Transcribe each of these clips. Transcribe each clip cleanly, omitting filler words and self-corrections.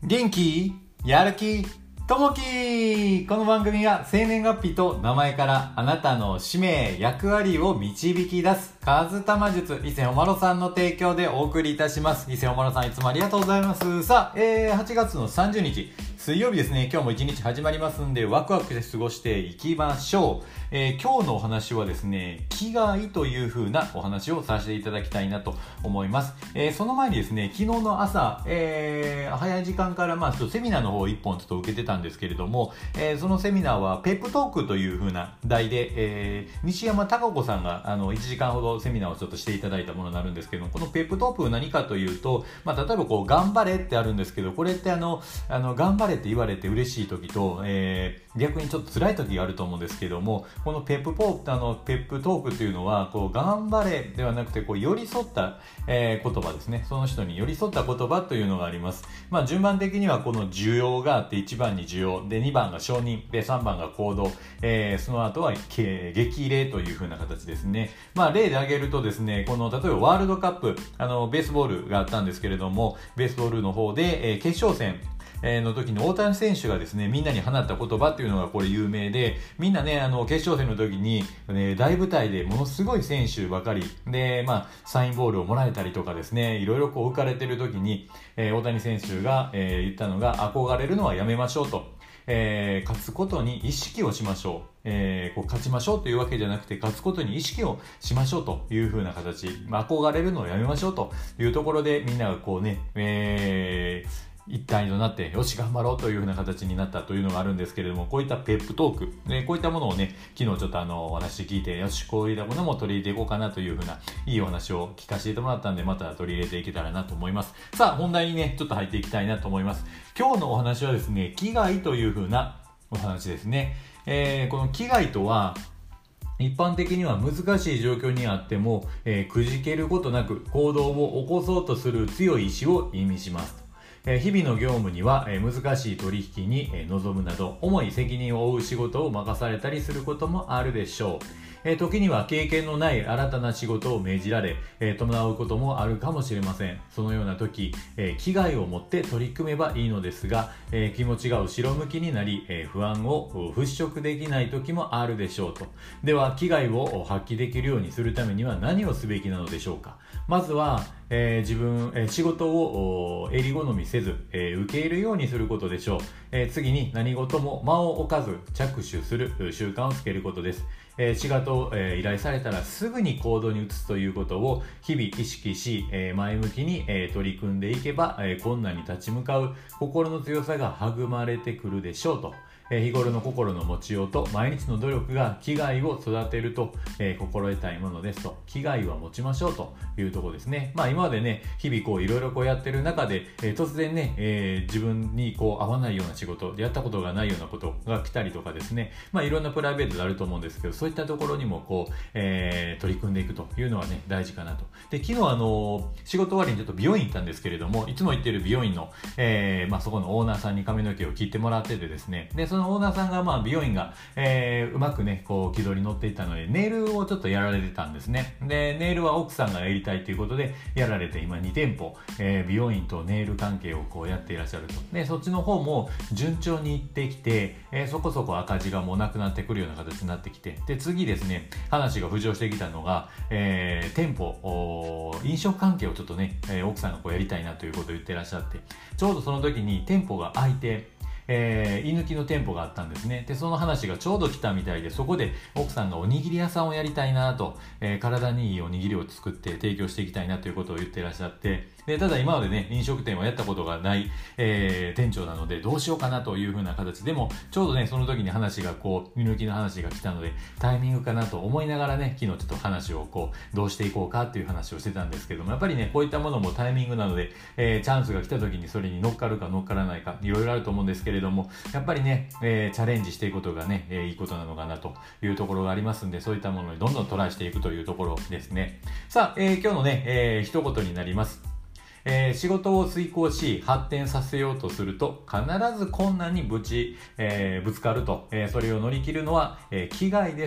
元気やる気ともき。この番組は生年月日と名前からあなたの使命、役割を導き出すカズタマ術、伊勢おまろさんの提供でお送りいたします。伊勢おまろさんいつもありがとうございます。さあ、8月の30日水曜日ですね。今日も一日始まりますんで、ワクワクして過ごしていきましょう。今日のお話はですね、気概という風なお話をさせていただきたいなと思います。その前にですね、昨日の朝、早い時間からちょっとセミナーの方を一本ちょっと受けてたんですけれども、そのセミナーはペップトークという風な題で、西山貴子さんが1時間ほどセミナーをちょっとしていただいたものになるんですけども、このペップトーク何かというと、例えばこう頑張れってあるんですけど、これって頑張れって言われて嬉しい時と、逆にちょっと辛い時があると思うんですけども、このペップトークっていうのはこう頑張れではなくて、こう寄り添った、言葉ですね。その人に寄り添った言葉というのがあります。順番的にはこの需要があって、1番に需要で、2番が承認で、3番が行動、その後は激励という風な形ですね。例で挙げるとですね、この例えばワールドカップベースボールがあったんですけれども、ベースボールの方で、決勝戦の時に大谷選手がですね、みんなに放った言葉っていうのがこれ有名で、みんなね、決勝戦の時に、大舞台でものすごい選手ばかりで、サインボールをもらえたりとかですね、いろいろこう浮かれてる時に、大谷選手が、言ったのが、憧れるのはやめましょうと。勝つことに意識をしましょう。勝ちましょうというわけじゃなくて、勝つことに意識をしましょうという風な形、憧れるのをやめましょうというところで、みんながこうね、一体となってよし頑張ろうという風な形になったというのがあるんですけれども、こういったペップトーク、こういったものをね、昨日ちょっとお話聞いて、よしこういったものも取り入れていこうかなという風ないいお話を聞かせてもらったんで、また取り入れていけたらなと思います。さあ本題にねちょっと入っていきたいなと思います。今日のお話はですね、気概という風なお話ですね。この気概とは、一般的には難しい状況にあっても、くじけることなく行動を起こそうとする強い意志を意味します。日々の業務には難しい取引に臨むなど重い責任を負う仕事を任されたりすることもあるでしょう。時には経験のない新たな仕事を命じられ伴うこともあるかもしれません。そのような時気概を持って取り組めばいいのですが、気持ちが後ろ向きになり不安を払拭できない時もあるでしょうと。では気概を発揮できるようにするためには何をすべきなのでしょうか。まずは仕事を襟好みせず、受け入れるようにすることでしょう。次に何事も間を置かず着手する習慣をつけることです。仕事を、依頼されたらすぐに行動に移すということを日々意識し、前向きに、取り組んでいけば、困難に立ち向かう心の強さが育まれてくるでしょうと。日頃の心の持ちようと毎日の努力が気概を育てると、心得たいものですと。気概は持ちましょうというところですね。今までね、日々いろいろやってる中で、突然ね、自分に合わないような仕事、やったことがないようなことが来たりとかですね、いろんなプライベートであると思うんですけど、そういったところにも取り組んでいくというのはね、大事かなと。で、昨日仕事終わりにちょっと美容院行ったんですけれども、いつも行っている美容院の、そこのオーナーさんに髪の毛を切ってもらっててですね、でそのオーナーさんが美容院が、うまくね軌道に乗っていったのでネイルをちょっとやられてたんですね。でネイルは奥さんがやりたいということでやられて、今2店舗、美容院とネイル関係をやっていらっしゃると。でそっちの方も順調にいってきて、そこそこ赤字がもうなくなってくるような形になってきて、で次ですね話が浮上してきたのが、店舗飲食関係をちょっとね、奥さんがやりたいなということを言ってらっしゃって、ちょうどその時に店舗が開いて居抜きの店舗があったんですね。でその話がちょうど来たみたいで、そこで奥さんがおにぎり屋さんをやりたいなと、体にいいおにぎりを作って提供していきたいなということを言っていらっしゃって、でただ今までね飲食店はやったことがない、店長なのでどうしようかなというふうな形でも、ちょうどねその時に話が居抜きの話が来たのでタイミングかなと思いながらね、昨日ちょっと話をどうしていこうかっていう話をしてたんですけども、やっぱりねこういったものもタイミングなので、チャンスが来た時にそれに乗っかるか乗っからないかいろいろあると思うんですけれども、やっぱりね、チャレンジしていくことがね、いいことなのかなというところがありますんで、そういったものにどんどんトライしていくというところですね。さあ、今日のね、一言になります。仕事を遂行し発展させようとすると必ず困難にぶつかると、それを乗り切るのは、気概ですと、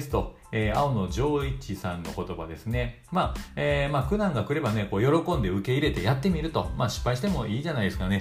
青野丈一さんの言葉ですね。苦難が来ればね、こう喜んで受け入れてやってみると。失敗してもいいじゃないですかね。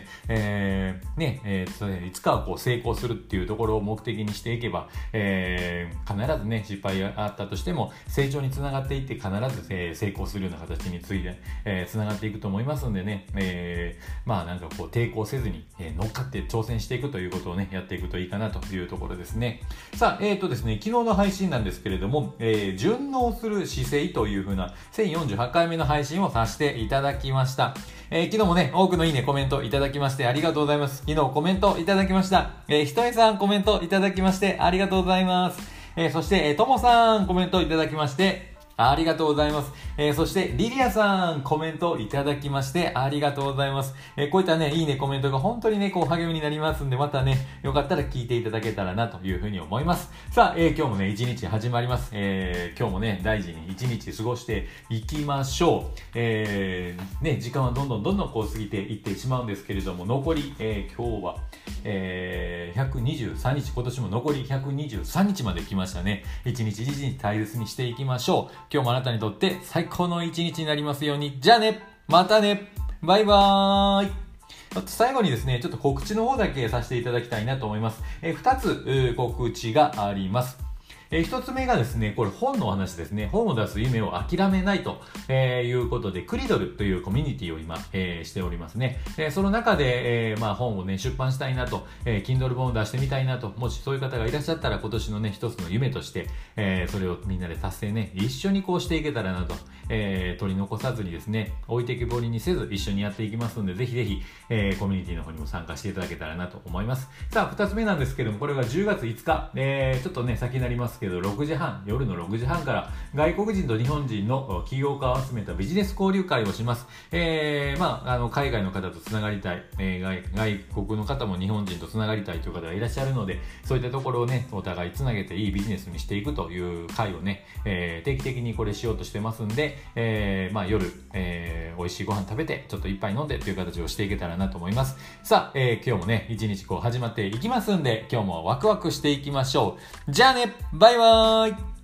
いつかはこう成功するっていうところを目的にしていけば、必ずね、失敗があったとしても、成長につながっていって必ず、成功するような形につながっていくと思いますんでね、なんかこう抵抗せずに、乗っかって挑戦していくということをね、やっていくといいかなというところですね。さあ、ですね、昨日の配信なんですけれども、順応する姿勢という風な1048回目の配信をさせていただきました。昨日もね、多くのいいね、コメントいただきましてありがとうございます。昨日コメントいただきました。ひとえさんコメントいただきましてありがとうございます。そして、ともさんコメントいただきましてありがとうございます。そして、リリアさん、コメントいただきまして、ありがとうございます。こういったね、いいね、コメントが本当にね、こう、励みになりますんで、またね、よかったら聞いていただけたらな、というふうに思います。さあ、今日もね、一日始まります。今日もね、大事に一日過ごしていきましょう。時間はどんどんこう、過ぎていってしまうんですけれども、残り、今日は、123日、今年も残り123日まで来ましたね。一日一日大切にしていきましょう。今日もあなたにとって最高の一日になりますように。じゃあね、またね、バイバーイ。最後にですね、ちょっと告知の方だけさせていただきたいなと思います。2つ告知があります。一つ目がですね、これ本のお話ですね。本を出す夢を諦めないということで、クリドルというコミュニティを今、しておりますね。その中で、本をね、出版したいなと、Kindle 本を出してみたいなと、もしそういう方がいらっしゃったら今年のね、一つの夢として、それをみんなで達成ね、一緒にこうしていけたらなと、取り残さずにですね、置いてきぼりにせず一緒にやっていきますので、ぜひぜひ、コミュニティの方にも参加していただけたらなと思います。さあ、二つ目なんですけども、これが10月5日、ちょっとね、先になりますけど、夜の6時半から外国人と日本人の起業家を集めたビジネス交流会をします。海外の方とつながりたい、外国の方も日本人とつながりたいという方がいらっしゃるので、そういったところをね、お互いつなげていいビジネスにしていくという会をね、定期的にこれしようとしてますんで、夜、美味しいご飯食べて、ちょっと一杯飲んでという形をしていけたらなと思います。さあ、今日もね、一日こう始まっていきますんで、今日もワクワクしていきましょう。じゃあね、バイバーイ。